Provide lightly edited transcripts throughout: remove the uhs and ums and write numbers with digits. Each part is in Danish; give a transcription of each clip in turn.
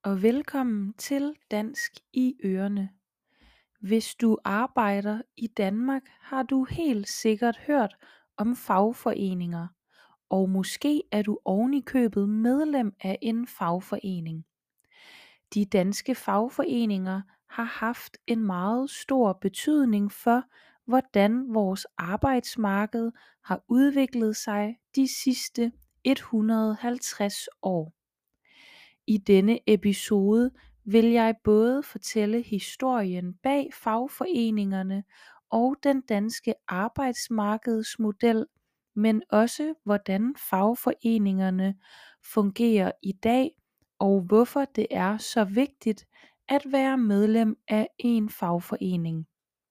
og velkommen til Dansk i Ørene. Hvis du arbejder i Danmark, har du helt sikkert hørt om fagforeninger, og måske er du oven i købet medlem af en fagforening. De danske fagforeninger har haft en meget stor betydning for, hvordan vores arbejdsmarked har udviklet sig de sidste 150 år. I denne episode vil jeg både fortælle historien bag fagforeningerne og den danske arbejdsmarkedsmodel, men også hvordan fagforeningerne fungerer i dag, og hvorfor det er så vigtigt at være medlem af en fagforening.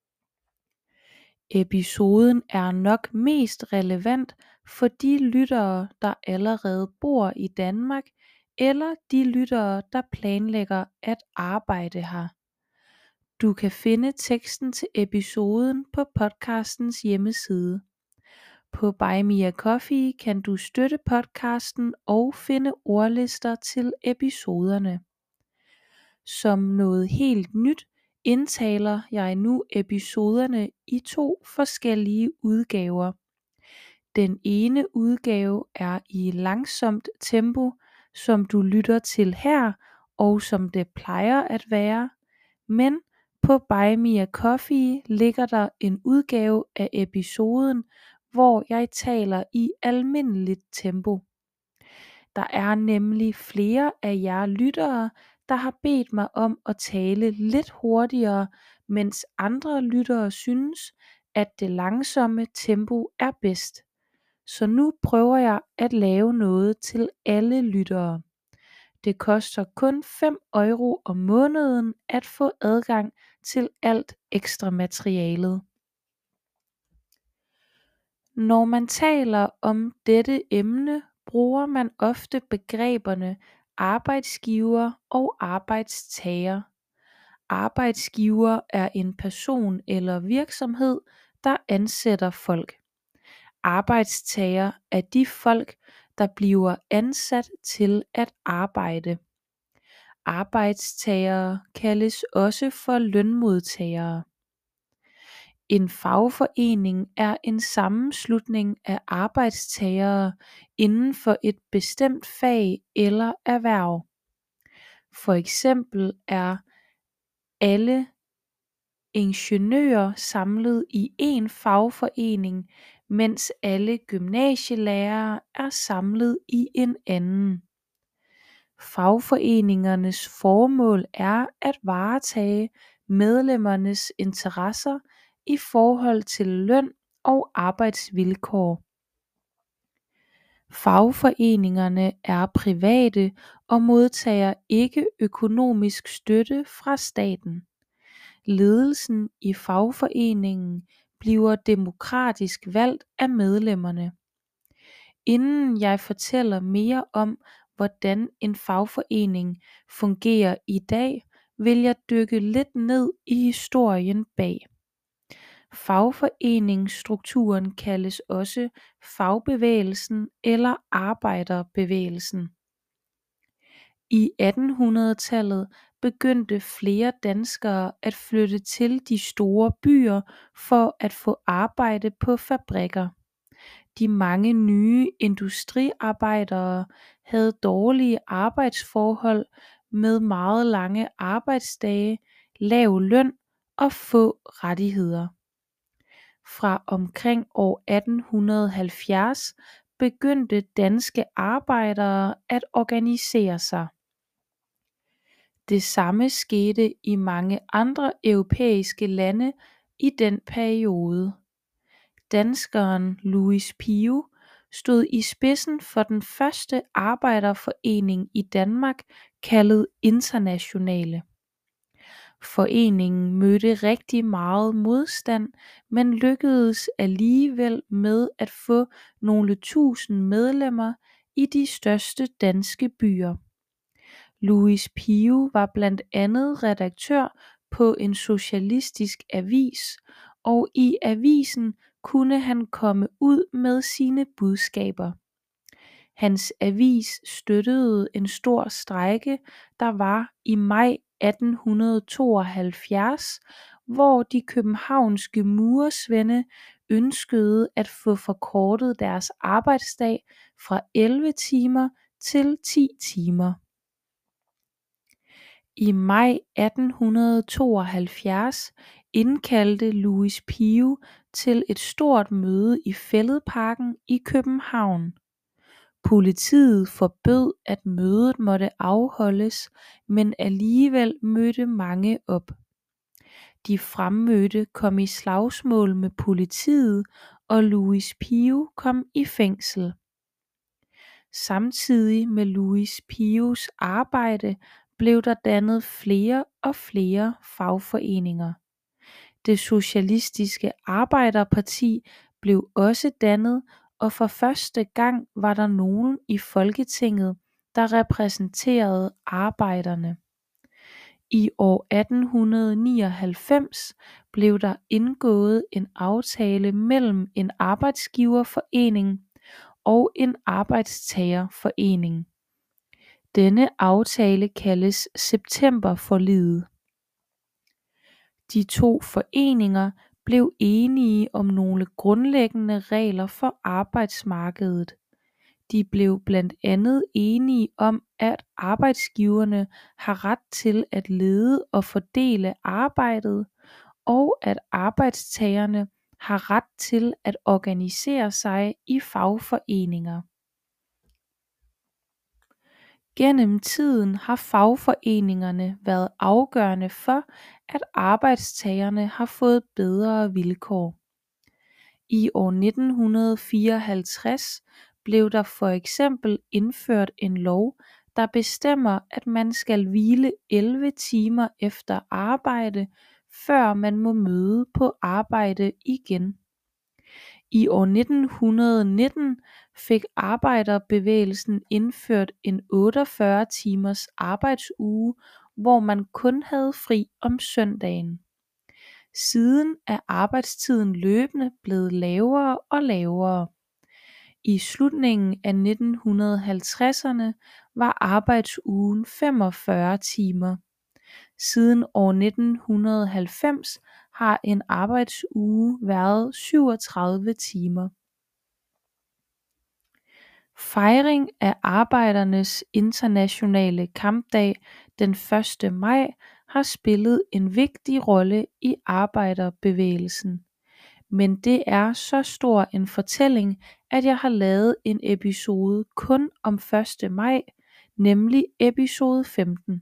Episoden er nok mest relevant for de lyttere, der allerede bor i Danmark, eller de lyttere, der planlægger at arbejde her. Du kan finde teksten til episoden på podcastens hjemmeside. På Buy Me a Coffee kan du støtte podcasten og finde ordlister til episoderne. Som noget helt nyt indtaler jeg nu episoderne i 2 forskellige udgaver. Den ene udgave er i langsomt tempo, som du lytter til her, og som det plejer at være, men på Buy Me a Coffee ligger der en udgave af episoden, hvor jeg taler i almindeligt tempo. Der er nemlig flere af jer lyttere, der har bedt mig om at tale lidt hurtigere, mens andre lyttere synes, at det langsomme tempo er bedst. Så nu prøver jeg at lave noget til alle lyttere. Det koster kun 5 euro om måneden at få adgang til alt ekstra materialet. Når man taler om dette emne, bruger man ofte begreberne arbejdsgiver og arbejdstager. Arbejdsgiver er en person eller virksomhed, der ansætter folk. Arbejdstager er de folk, der bliver ansat til at arbejde. Arbejdstagere kaldes også for lønmodtagere. En fagforening er en sammenslutning af arbejdstagere inden for et bestemt fag eller erhverv. For eksempel er alle ingeniører samlet i en fagforening, mens alle gymnasielærere er samlet i en anden. Fagforeningernes formål er at varetage medlemmernes interesser i forhold til løn og arbejdsvilkår. Fagforeningerne er private og modtager ikke økonomisk støtte fra staten. Ledelsen i fagforeningen bliver demokratisk valgt af medlemmerne. Inden jeg fortæller mere om, hvordan en fagforening fungerer i dag, vil jeg dykke lidt ned i historien bag. Fagforeningsstrukturen kaldes også fagbevægelsen eller arbejderbevægelsen. I 1800-tallet begyndte flere danskere at flytte til de store byer for at få arbejde på fabrikker. De mange nye industriarbejdere havde dårlige arbejdsforhold med meget lange arbejdsdage, lav løn og få rettigheder. Fra omkring år 1870 begyndte danske arbejdere at organisere sig. Det samme skete i mange andre europæiske lande i den periode. Danskeren Louis Pio stod i spidsen for den første arbejderforening i Danmark, kaldet Internationale. Foreningen mødte rigtig meget modstand, men lykkedes alligevel med at få nogle tusind medlemmer i de største danske byer. Louis Pio var blandt andet redaktør på en socialistisk avis, og i avisen kunne han komme ud med sine budskaber. Hans avis støttede en stor strejke, der var i maj 1872, hvor de københavnske murersvende ønskede at få forkortet deres arbejdsdag fra 11 timer til 10 timer. I maj 1872 indkaldte Louis Pio til et stort møde i Fælledparken i København. Politiet forbød, at mødet måtte afholdes, men alligevel mødte mange op. De fremmødte kom i slagsmål med politiet, og Louis Pio kom i fængsel. Samtidig med Louis Pios arbejde blev der dannet flere og flere fagforeninger. Det Socialistiske Arbejderparti blev også dannet, og for første gang var der nogen i Folketinget, der repræsenterede arbejderne. I år 1899 blev der indgået en aftale mellem en arbejdsgiverforening og en arbejdstagerforening. Denne aftale kaldes Septemberforliget. De to foreninger blev enige om nogle grundlæggende regler for arbejdsmarkedet. De blev blandt andet enige om, at arbejdsgiverne har ret til at lede og fordele arbejdet, og at arbejdstagerne har ret til at organisere sig i fagforeninger. Gennem tiden har fagforeningerne været afgørende for, at arbejdstagerne har fået bedre vilkår. I år 1954 blev der for eksempel indført en lov, der bestemmer, at man skal hvile 11 timer efter arbejde, før man må møde på arbejde igen. I år 1919 fik arbejderbevægelsen indført en 48 timers arbejdsuge, hvor man kun havde fri om søndagen. Siden er arbejdstiden løbende blevet lavere og lavere. I slutningen af 1950'erne var arbejdsugen 45 timer. Siden år 1990 har en arbejdsuge været 37 timer. Fejring af Arbejdernes Internationale Kampdag den 1. maj har spillet en vigtig rolle i arbejderbevægelsen. Men det er så stor en fortælling, at jeg har lavet en episode kun om 1. maj, nemlig episode 15.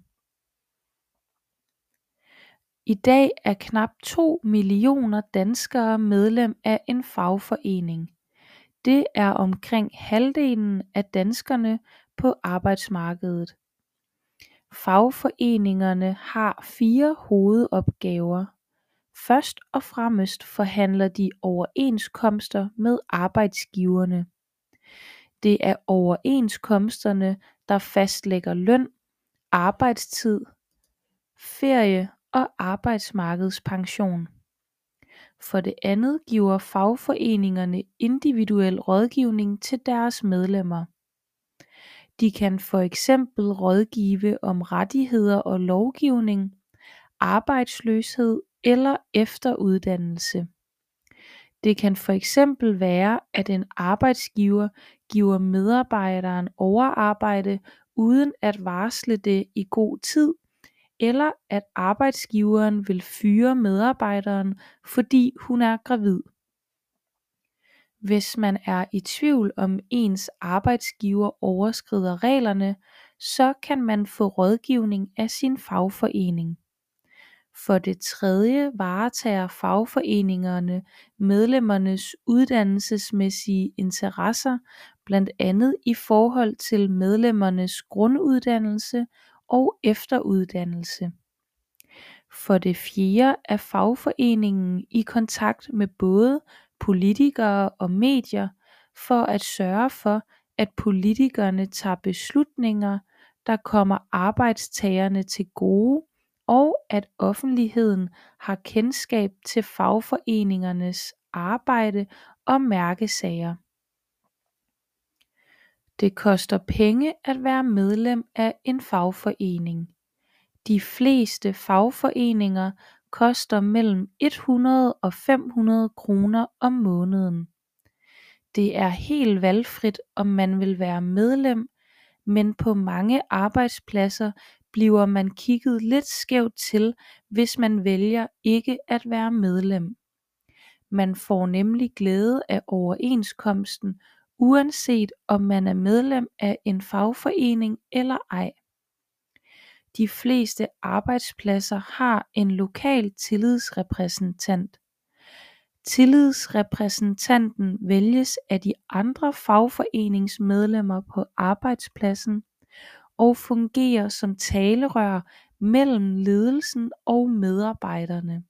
I dag er knap 2 millioner danskere medlem af en fagforening. Det er omkring halvdelen af danskerne på arbejdsmarkedet. Fagforeningerne har 4 hovedopgaver. Først og fremmest forhandler de overenskomster med arbejdsgiverne. Det er overenskomsterne, der fastlægger løn, arbejdstid, ferie og arbejdsmarkedspension. For det andet giver fagforeningerne individuel rådgivning til deres medlemmer. De kan for eksempel rådgive om rettigheder og lovgivning, arbejdsløshed eller efteruddannelse. Det kan for eksempel være, at en arbejdsgiver giver medarbejderen overarbejde uden at varsle det i god tid, eller at arbejdsgiveren vil fyre medarbejderen, fordi hun er gravid. Hvis man er i tvivl om ens arbejdsgiver overskrider reglerne, så kan man få rådgivning af sin fagforening. For det tredje varetager fagforeningerne medlemmernes uddannelsesmæssige interesser, blandt andet i forhold til medlemmernes grunduddannelse og efteruddannelse. For det fjerde er fagforeningen i kontakt med både politikere og medier for at sørge for, at politikerne tager beslutninger, der kommer arbejdstagerne til gode, og at offentligheden har kendskab til fagforeningernes arbejde og mærkesager. Det koster penge at være medlem af en fagforening. De fleste fagforeninger koster mellem 100 og 500 kroner om måneden. Det er helt valgfrit, om man vil være medlem, men på mange arbejdspladser bliver man kigget lidt skævt til, hvis man vælger ikke at være medlem. Man får nemlig glæde af overenskomsten, uanset om man er medlem af en fagforening eller ej. De fleste arbejdspladser har en lokal tillidsrepræsentant. Tillidsrepræsentanten vælges af de andre fagforeningsmedlemmer på arbejdspladsen og fungerer som talerør mellem ledelsen og medarbejderne.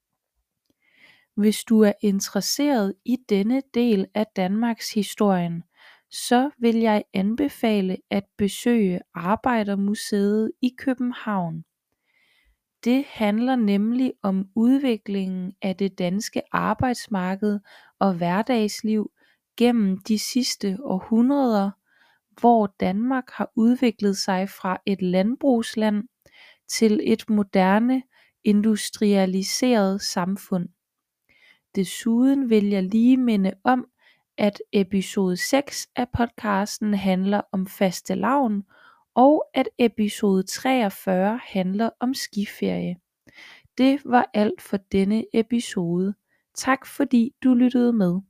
Hvis du er interesseret i denne del af Danmarks historien, så vil jeg anbefale at besøge Arbejdermuseet i København. Det handler nemlig om udviklingen af det danske arbejdsmarked og hverdagsliv gennem de sidste århundreder, hvor Danmark har udviklet sig fra et landbrugsland til et moderne, industrialiseret samfund. Desuden vil jeg lige minde om, at episode 6 af podcasten handler om fastelavn, og at episode 43 handler om skiferie. Det var alt for denne episode. Tak fordi du lyttede med.